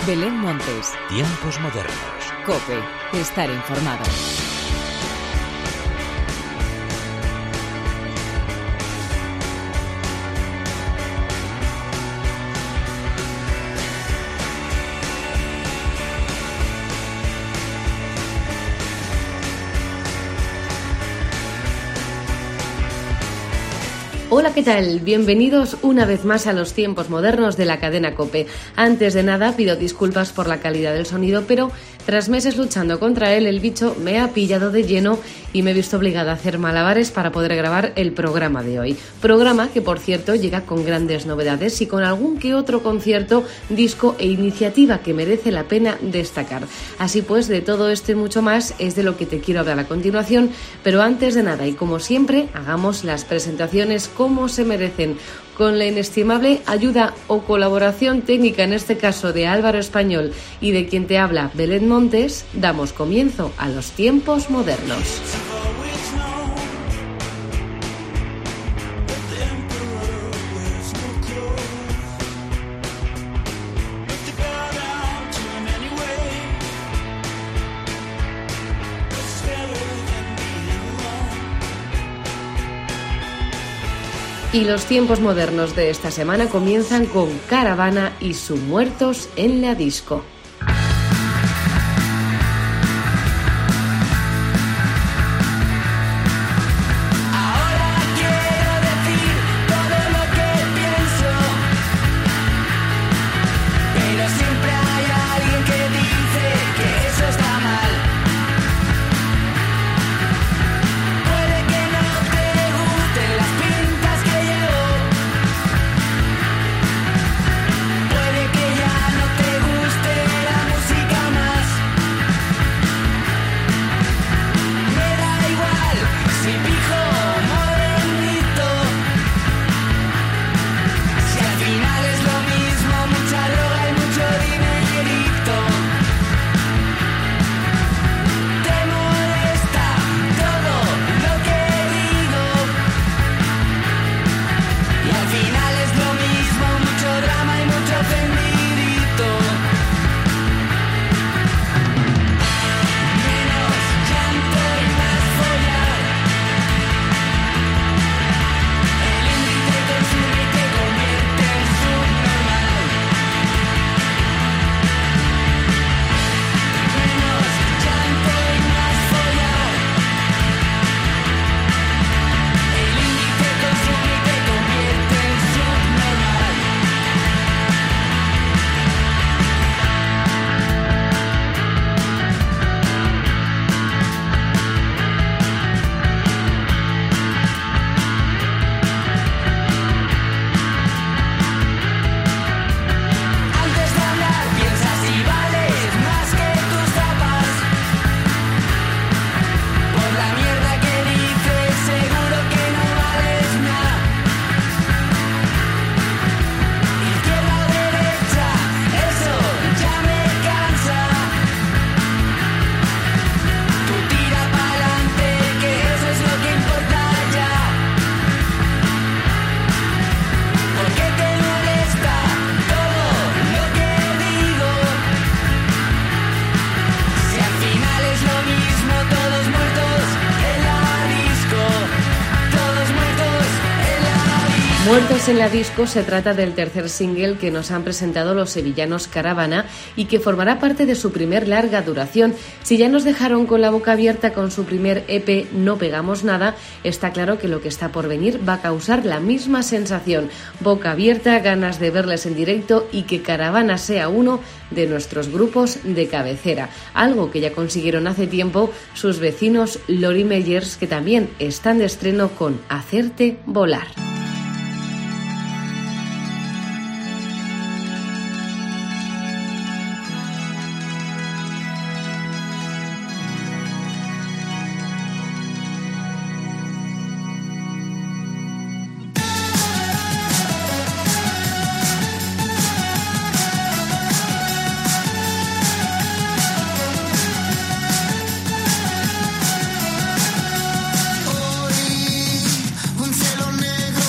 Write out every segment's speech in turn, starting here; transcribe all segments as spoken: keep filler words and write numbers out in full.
Belén Montes. Tiempos modernos. COPE. Estar informado. Hola, ¿qué tal? Bienvenidos una vez más a los tiempos modernos de la cadena COPE. Antes de nada, pido disculpas por la calidad del sonido, pero tras meses luchando contra él, el bicho me ha pillado de lleno y me he visto obligada a hacer malabares para poder grabar el programa de hoy. Programa que, por cierto, llega con grandes novedades y con algún que otro concierto, disco e iniciativa que merece la pena destacar. Así pues, de todo esto y mucho más es de lo que te quiero hablar a continuación, pero antes de nada, y como siempre, hagamos las presentaciones como se merecen, con la inestimable ayuda o colaboración técnica, en este caso de Álvaro Español y de quien te habla, Belén Montes, damos comienzo a los tiempos modernos. Y los tiempos modernos de esta semana comienzan con Caravana y su Muertos en la Disco. Muertos en la Disco se trata del tercer single que nos han presentado los sevillanos Caravana y que formará parte de su primer larga duración. Si ya nos dejaron con la boca abierta con su primer E P No Pegamos Nada, está claro que lo que está por venir va a causar la misma sensación. Boca abierta, ganas de verles en directo y que Caravana sea uno de nuestros grupos de cabecera, algo que ya consiguieron hace tiempo sus vecinos Lori Meyers, que también están de estreno con Hacerte Volar. Hoy un cielo negro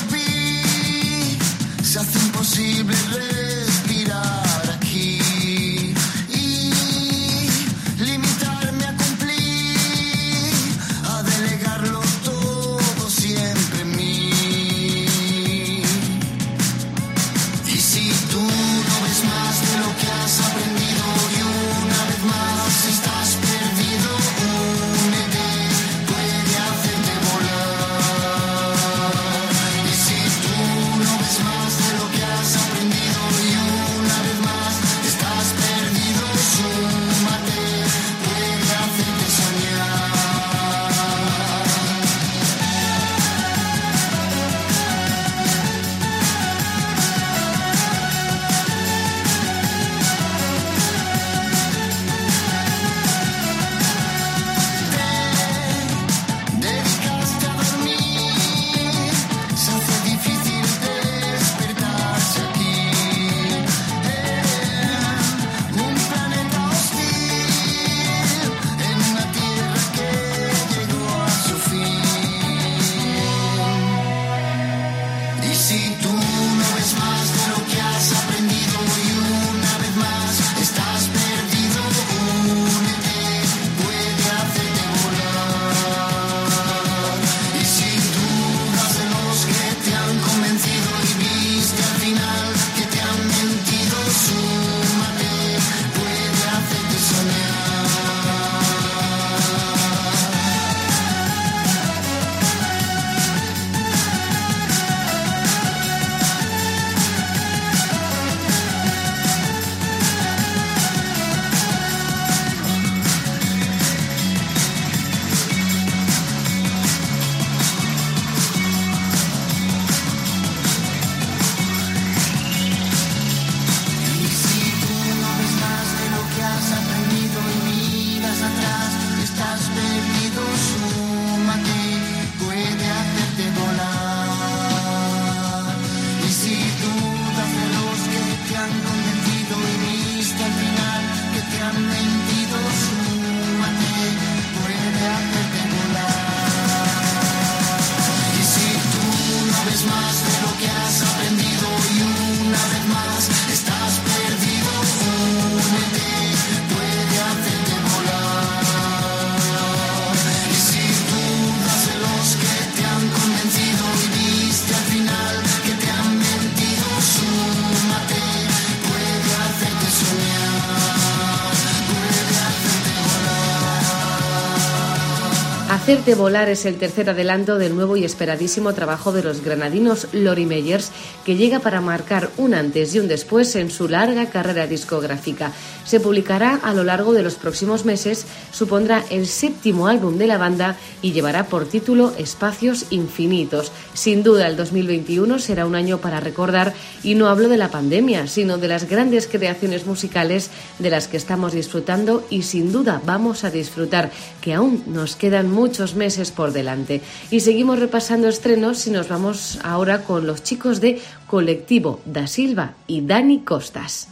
Hacerte volar es el tercer adelanto del nuevo y esperadísimo trabajo de los granadinos Lori Meyers, que llega para marcar un antes y un después en su larga carrera discográfica. Se publicará a lo largo de los próximos meses, supondrá el séptimo álbum de la banda y llevará por título Espacios Infinitos. Sin duda, el dos mil veintiuno será un año para recordar, y no hablo de la pandemia, sino de las grandes creaciones musicales de las que estamos disfrutando y sin duda vamos a disfrutar, que aún nos quedan muchos meses por delante. Y seguimos repasando estrenos y nos vamos ahora con los chicos de Colectivo Da Silva y Dani Costas.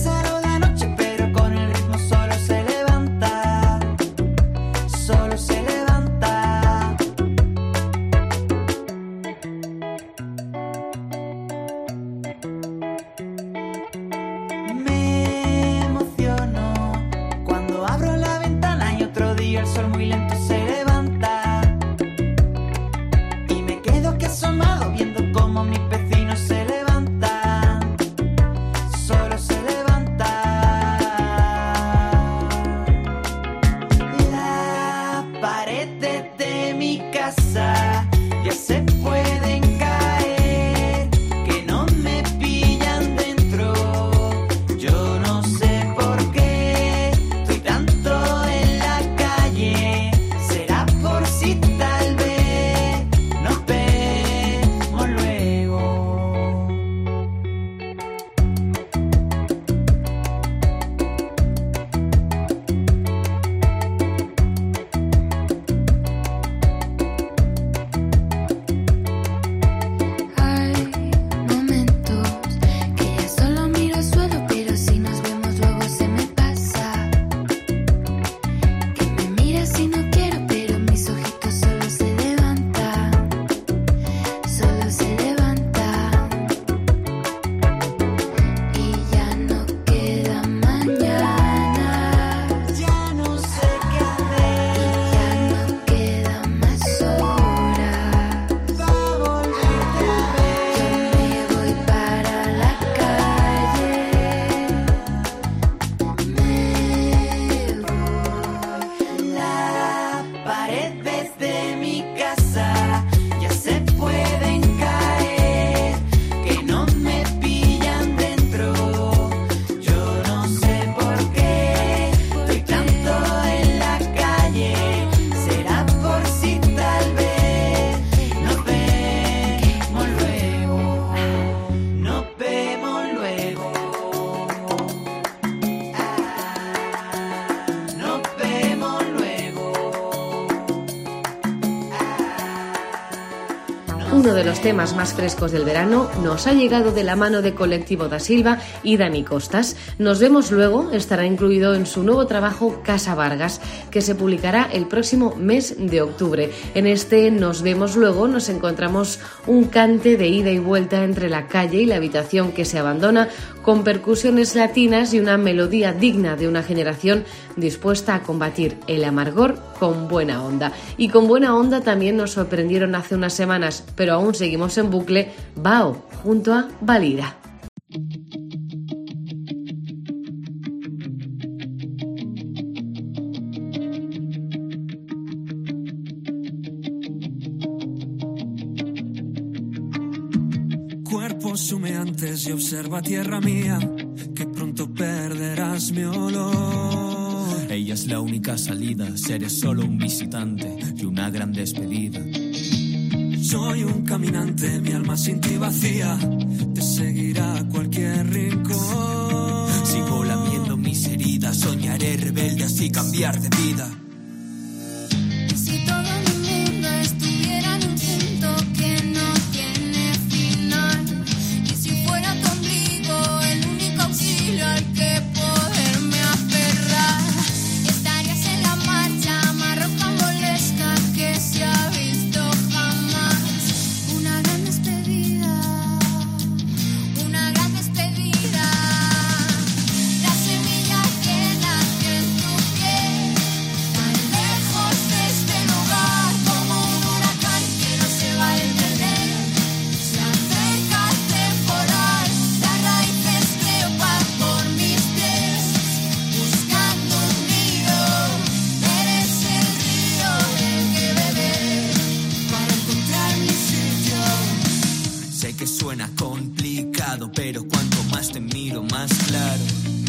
Solo se le uno de los temas más frescos del verano, nos ha llegado de la mano de Colectivo da Silva y Dani Costas. Nos vemos luego estará incluido en su nuevo trabajo Casa Vargas, que se publicará el próximo mes de octubre. En este Nos vemos luego nos encontramos un cante de ida y vuelta entre la calle y la habitación que se abandona, con percusiones latinas y una melodía digna de una generación dispuesta a combatir el amargor con buena onda. Y con buena onda también nos sorprendieron hace unas semanas, pero aún seguimos en bucle, Bao junto a Valira. Cuerpos humeantes y observa tierra mía, que pronto perderás mi olor. Ella es la única salida, seré solo un visitante y una gran despedida. Soy un caminante, mi alma sin ti vacía, te seguirá a cualquier rincón. Sigo lamiendo mis heridas, soñaré rebelde así cambiar de vida. Y si todo mi mundo estuviera en un punto que no tiene final, y si fuera tu ombligo el único auxilio al que poderme aferrar, estarías en la marcha más rocambolesca que se ha visto jamás. Una gran despedida, una gran despedida. La semilla que nace en tu piel, tan lejos de este lugar, como un huracán que no se va a detener. Se acerca el temporal, las raíces trepan por mis pies, buscando un nido. Eres el río del que beber para encontrar mi sitio. Sé que suena complicado, pero cuanto más te miro, más claro.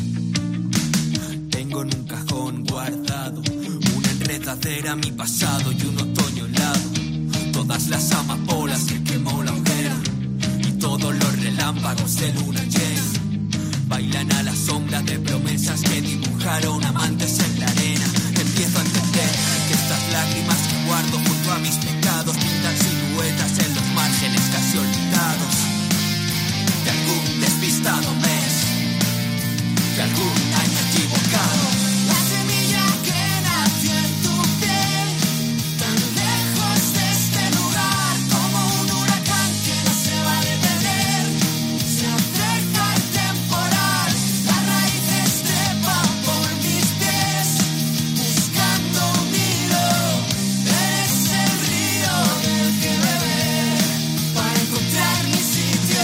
Tengo en un cajón guardado una enredadera, mi pasado y un otoño helado. Todas las amapolas que quemó la hoguera y todos los relámpagos de luna llena bailan a la sombra de promesas que dibujaron amantes en la arena. Empiezo a entender que estas lágrimas que guardo junto a mis pecados pintan siluetas en los márgenes casi olvidados de algún despistado mes, de algún año equivocado. La semilla que nació en tu piel, tan lejos de este lugar, como un huracán que no se va a detener. Se acerca el temporal, las raíces trepan por mis pies, buscando un nido. Eres el río del que beber para encontrar mi sitio.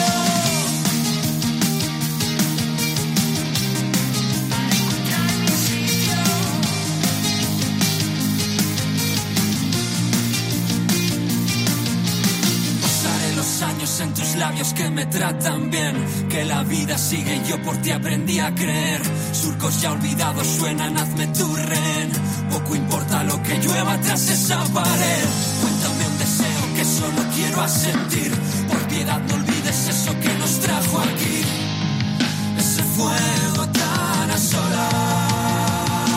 Para encontrar mi sitio. Pasaré los años en tus labios que me tratan bien, que la vida sigue y yo por ti aprendí a creer. Surcos ya olvidados suenan, hazme tu rehén. Poco importa lo que llueva tras esa pared. Cuéntame un deseo que solo quiero asentir. Por piedad no olvides eso que nos trajo aquí, ese fuego tan a solas.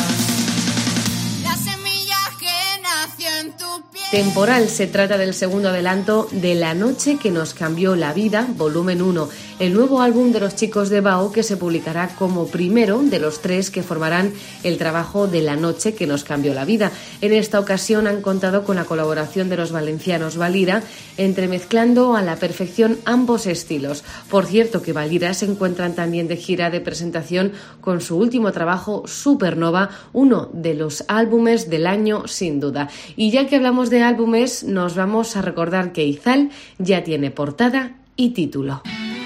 La semilla que nació en tu piel. Temporal se trata del segundo adelanto de La noche que nos cambió la vida, volumen uno, el nuevo álbum de los chicos de Bao, que se publicará como primero de los tres que formarán el trabajo de La noche que nos cambió la vida. En esta ocasión han contado con la colaboración de los valencianos Valira, entremezclando a la perfección ambos estilos. Por cierto que Valira se encuentran también de gira de presentación con su último trabajo, Supernova, uno de los álbumes del año sin duda. Y ya que hablamos de álbumes, nos vamos a recordar que Izal ya tiene portada y título.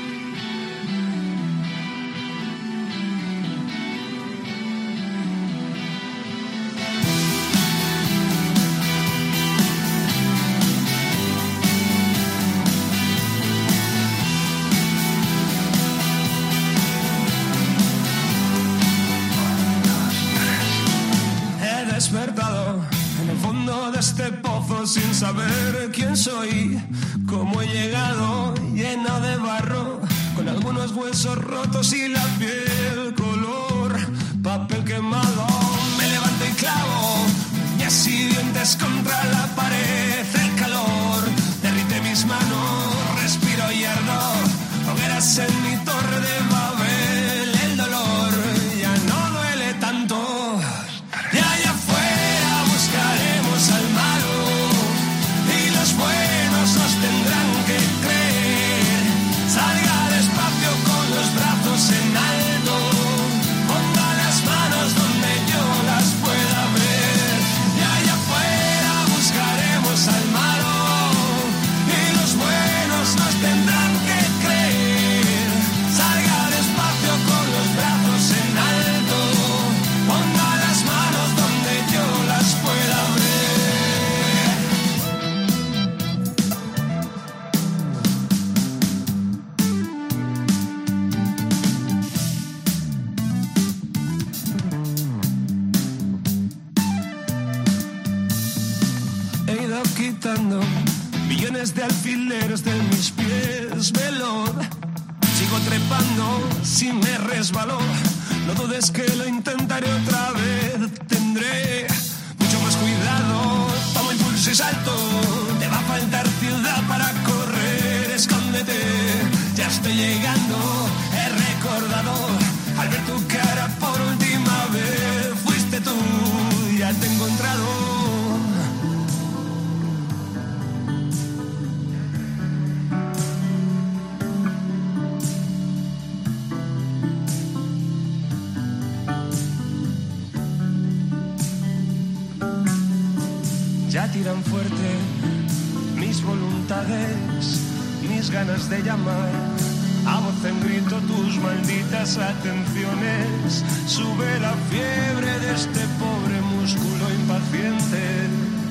He despertado en el fondo de este pozo sin saber quién soy, cómo he llegado lleno de barro, con algunos huesos rotos y la piel color papel quemado. Me levanto y clavo uñas y dientes contra la pared, el calor derrite mis de alfileres de mis pies, veloz. Sigo trepando si me resbaló. No dudes que lo intentaré otra vez. Tendré mucho más cuidado. Tomo impulso y salto. Te va a faltar ciudad para correr. Escóndete, ya estoy llegando. He recordado al ver tu cara por última vez. Fuiste tú, ya te he encontrado. Ya tiran fuerte mis voluntades, mis ganas de llamar a voz en grito tus malditas atenciones. Sube la fiebre de este pobre músculo impaciente.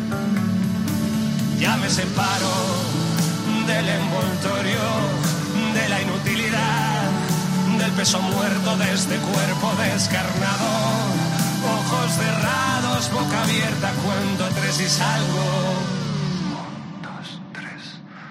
Ya me separo del envoltorio, de la inutilidad, del peso muerto de este cuerpo descarnado. Ojos cerrados, boca abierta, cuento tres y salgo. Un, dos, tres.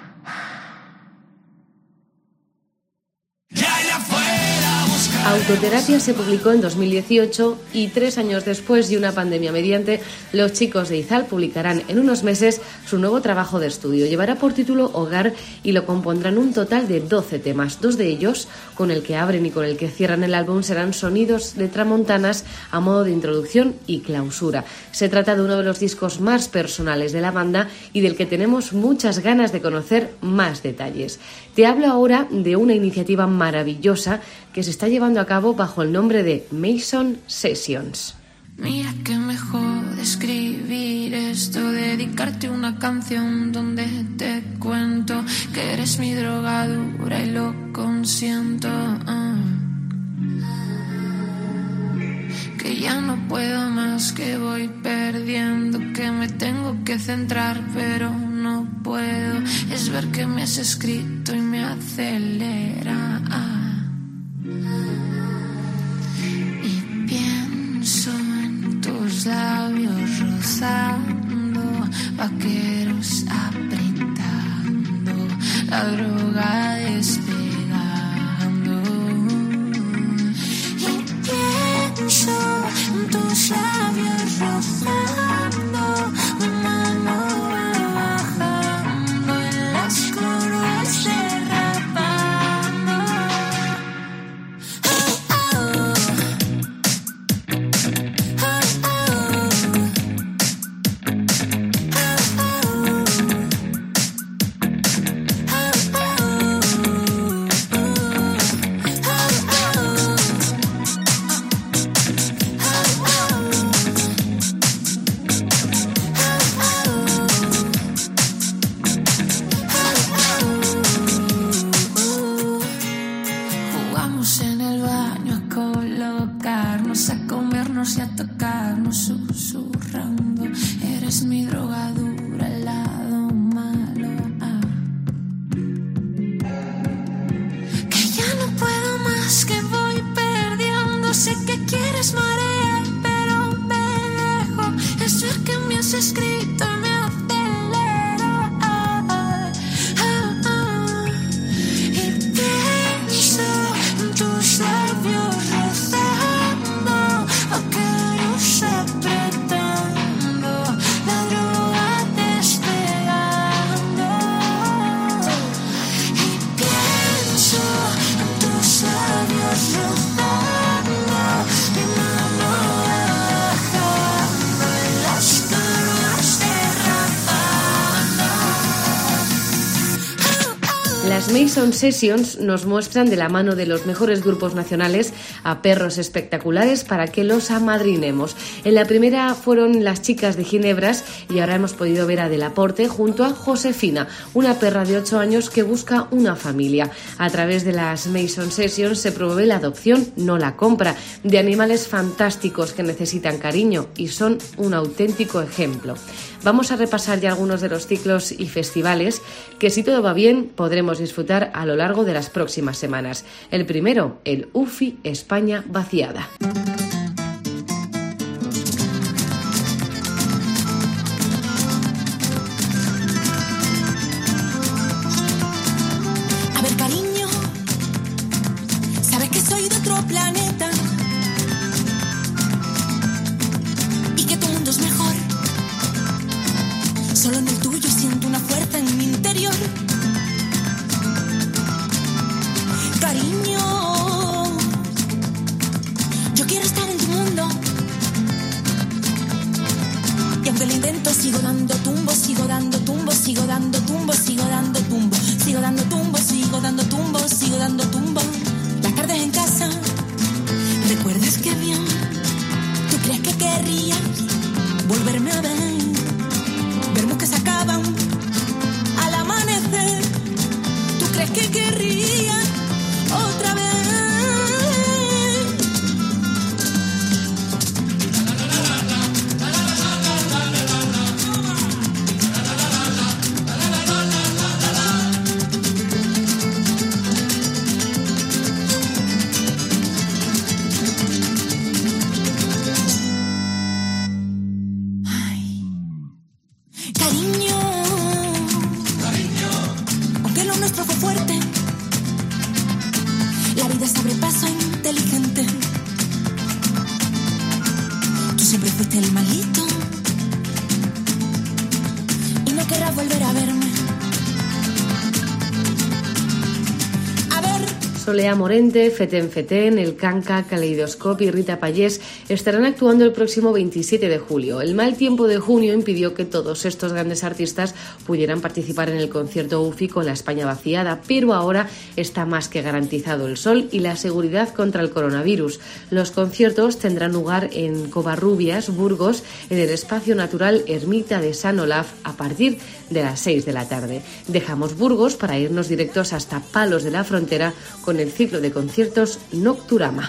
Ya allá afuera buscar. Autoterapia se publicó en dos mil dieciocho y tres años después y una pandemia mediante, los chicos de Izal publicarán en unos meses su nuevo trabajo de estudio. Llevará por título Hogar y lo compondrán un total de doce temas. Dos de ellos, con el que abren y con el que cierran el álbum, serán sonidos de tramontanas a modo de introducción y clausura. Se trata de uno de los discos más personales de la banda y del que tenemos muchas ganas de conocer más detalles. Te hablo ahora de una iniciativa maravillosa que se está llevando a cabo bajo el nombre de Mason Sessions. Mira que mejor escribir esto, dedicarte una canción donde te cuento que eres mi drogadura y lo consiento. Uh. Que ya no puedo más, que voy perdiendo, que me tengo que centrar pero no puedo. Es ver que me has escrito y me acelera. Y pienso tus labios rozando, vaqueros apretando, la droga despegando. Y pienso tus labios rozando, mi mano bajando en las curvas derrapando. Oh, oh. Las Mason Sessions nos muestran de la mano de los mejores grupos nacionales a perros espectaculares para que los amadrinemos. En la primera fueron las chicas de Ginebras y ahora hemos podido ver a Delaporte junto a Josefina, una perra de ocho años que busca una familia. A través de las Mason Sessions se promueve la adopción, no la compra, de animales fantásticos que necesitan cariño y son un auténtico ejemplo. Vamos a repasar ya algunos de los ciclos y festivales que, si todo va bien, podremos disfrutar a lo largo de las próximas semanas. El primero, el U F I España Vaciada. Sigo dando tumbo, sigo dando tumbo, sigo dando tumbo, sigo dando tumbo, sigo dando tumbo, sigo dando tumbo, sigo dando tumbo. Las tardes en casa, ¿recuerdas qué bien? ¿Tú crees que querrías volverme a ver? Vermos que se acaban al amanecer. ¿Tú crees que querrías otra vez? El malito y no querrás volver a verme. A ver. Solea Morente, Feten Feten, El Canca, Kaleidoscope y Rita Payés estarán actuando el próximo veintisiete de julio. El mal tiempo de junio impidió que todos estos grandes artistas pudieran participar en el concierto U F I con la España vaciada, pero ahora está más que garantizado el sol y la seguridad contra el coronavirus. Los conciertos tendrán lugar en Covarrubias, Burgos, en el espacio natural Ermita de San Olaf a partir de las seis de la tarde. Dejamos Burgos para irnos directos hasta Palos de la Frontera con el ciclo de conciertos Nocturama.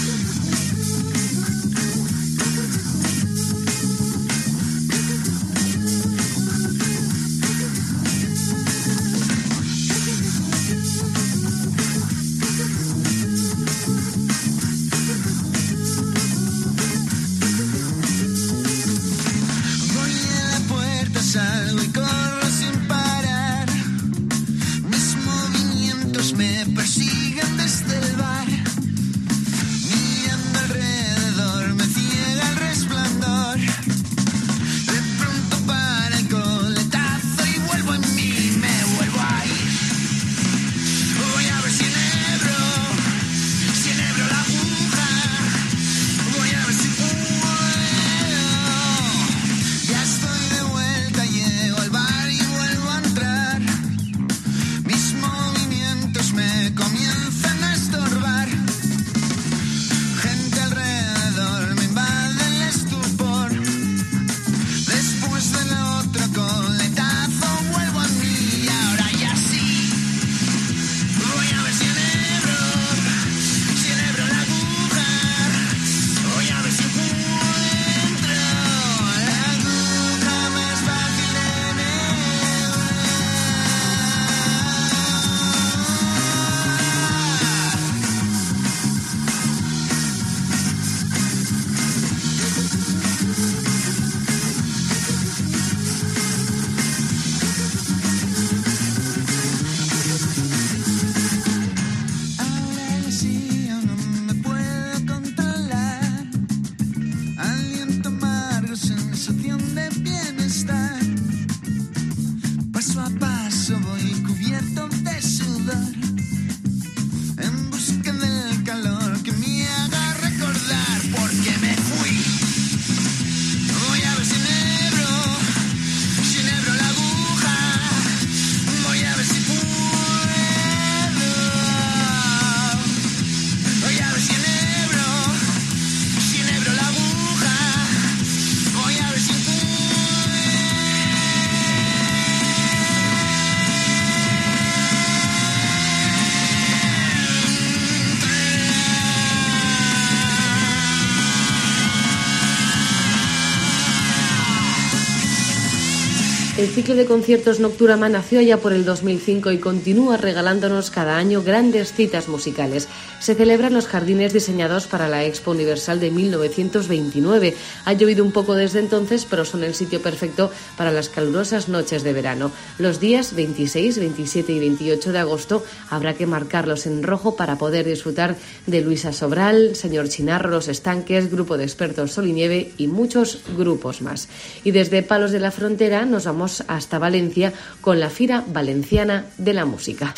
El ciclo de conciertos Nocturama nació ya por el dos mil cinco y continúa regalándonos cada año grandes citas musicales. Se celebran los jardines diseñados para la Expo Universal de mil novecientos veintinueve. Ha llovido un poco desde entonces, pero son el sitio perfecto para las calurosas noches de verano. Los días veintiséis, veintisiete y veintiocho de agosto habrá que marcarlos en rojo para poder disfrutar de Luisa Sobral, Señor Chinarro, Los Estanques, Grupo de Expertos Sol y Nieve y muchos grupos más. Y desde Palos de la Frontera nos vamos hasta Valencia con la Fira Valenciana de la Música.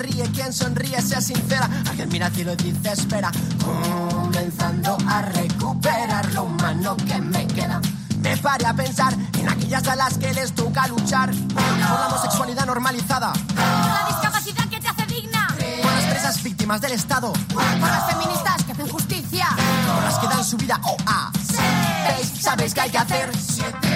sonríe, quien sonríe sea sincera. Alguien mira al cielo y dice espera, comenzando a recuperar lo humano que me queda. Me paré a pensar en aquellas a las que les toca luchar por la homosexualidad normalizada, Por la discapacidad que te hace digna. por las presas víctimas del Estado, Por las feministas que hacen justicia. por las que dan su vida oh, ah. ¿Veis? ¿Sabéis qué hay que hacer? Siete.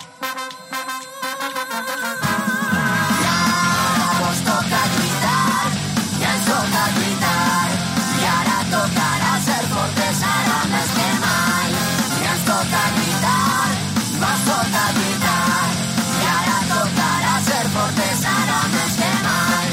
Ya nos toca gritar, ya nos toca gritar, y ahora tocará ser fuertes, ahora més que mai. Ya nos toca gritar, nos toca gritar, y ahora tocará ser fuertes, ahora més que mai.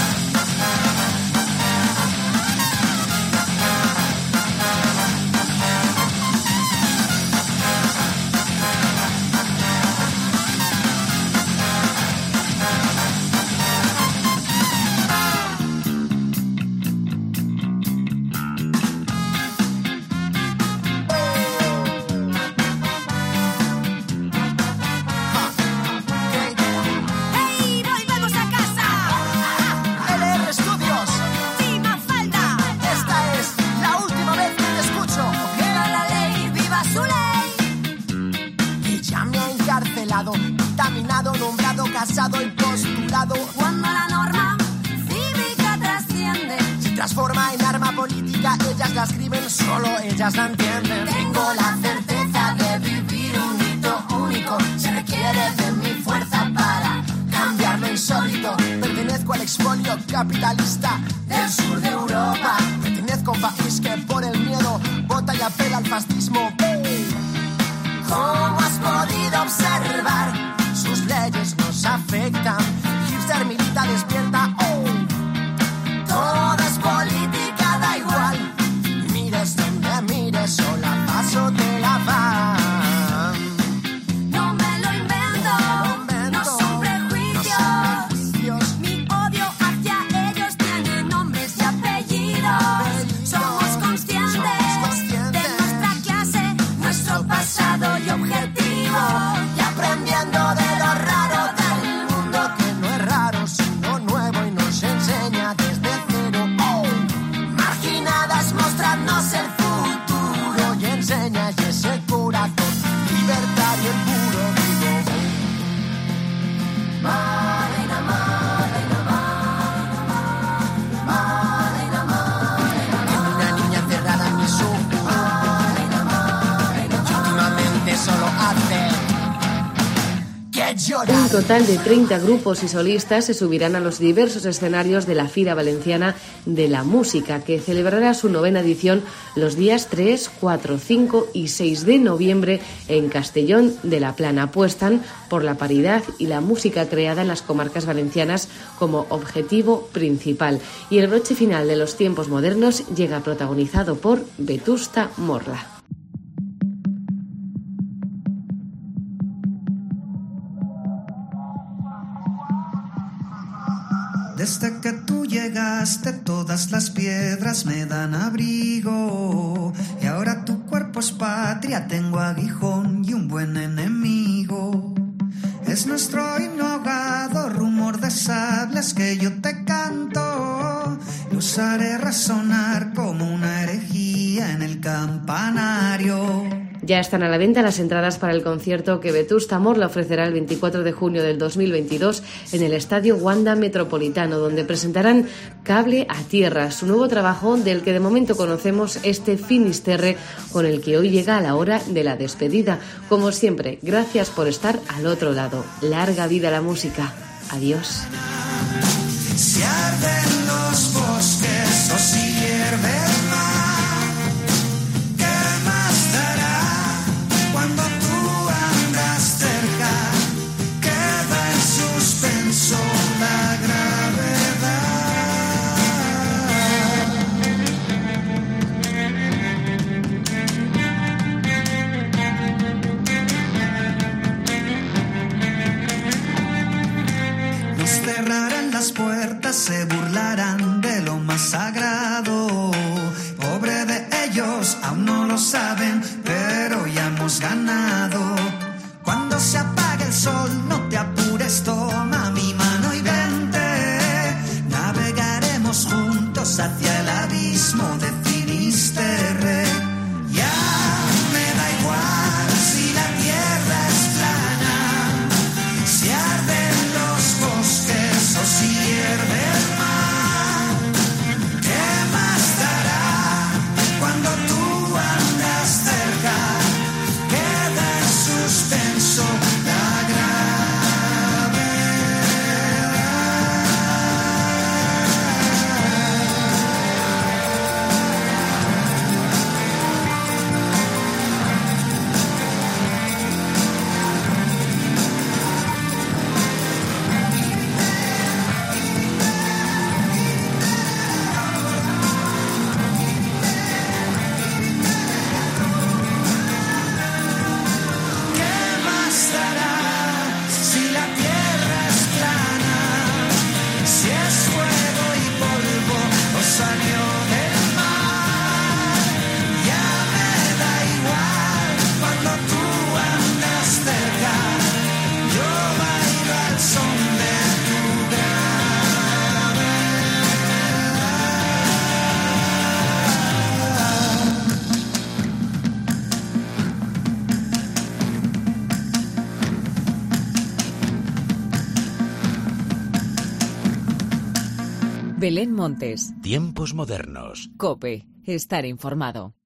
¡Hey! ¡Volvemos a casa! L R Studios, ¡Sí, Mafalda! esta es la última vez que te escucho. ¡Viva la ley! ¡Viva su ley! Y ya me ha encarcelado, contaminado, nombrado, casado y postulado. Cuando la norma cívica trasciende, Se transforma en arma política, ellas la escriben, solo ellas la entienden. tengo la certeza de vivir un hito único. Se requiere de mi fuerza para cambiar lo insólito. Pertenezco al expolio capitalista del sur de Europa. Pertenezco a un país que por el miedo vota y apela al fascismo. ¿Cómo has podido observar? Sus leyes nos afectan. Hipster milita despierta. Oh. Todo es política, da igual. Mires donde mires, sola paso de la van. No me lo invento, no son prejuicios. Mi odio hacia ellos tiene nombres y apellidos. Somos conscientes de nuestra clase, nuestro pasado y objetivo. Y aprendiendo de lo raro del mundo, que no es raro sino nuevo y nos enseña desde cero. Oh. Marginadas mostrarnos el futuro y enseña y ese corazón libertario y puro digo. Marina, Marina, Marina, Marina, Marina. Tengo una niña encerrada en mi ojos. Marina, Marina, y últimamente solo hace que llorar. Un total de treinta grupos y solistas se subirán a los diversos escenarios de la Fira Valenciana de la Música, que celebrará su novena edición los días tres, cuatro, cinco y seis de noviembre en Castellón de la Plana. Apuestan por la paridad y la música creada en las comarcas valencianas como objetivo principal. Y el broche final de los tiempos modernos llega protagonizado por Vetusta Morla. Desde que tú llegaste todas las piedras me dan abrigo y ahora tu cuerpo es patria, tengo aguijón y un buen enemigo. Es nuestro inhogado rumor de sables que yo te canto, los haré resonar como una herejía en el campanario. Ya están a la venta las entradas para el concierto que Vetusta Morla ofrecerá el veinticuatro de junio del dos mil veintidós en el Estadio Wanda Metropolitano, donde presentarán Cable a Tierra, su nuevo trabajo del que de momento conocemos este Finisterre, con el que hoy llega a la hora de la despedida. Como siempre, gracias por estar al otro lado. Larga vida a la música. Adiós. Si arden los bosques o si hierve el mar, ¿qué más dará? Cuando tú andas cerca, queda en suspenso la gravedad. Nos cerrarán las puertas, se burlarán de lo más sagrado. Pobre de ellos, aún no lo saben, pero ya hemos ganado. Cuando se apague el sol, no te apures, toma mi mano y vente. Navegaré del abismo definiste rey. Ya me da igual si la tierra es plana, si arden los bosques o si hierve el mar. ¿Qué más dará cuando tú andas cerca? Queda en suspenso la Belén Montes. Tiempos modernos. COPE. Estar informado.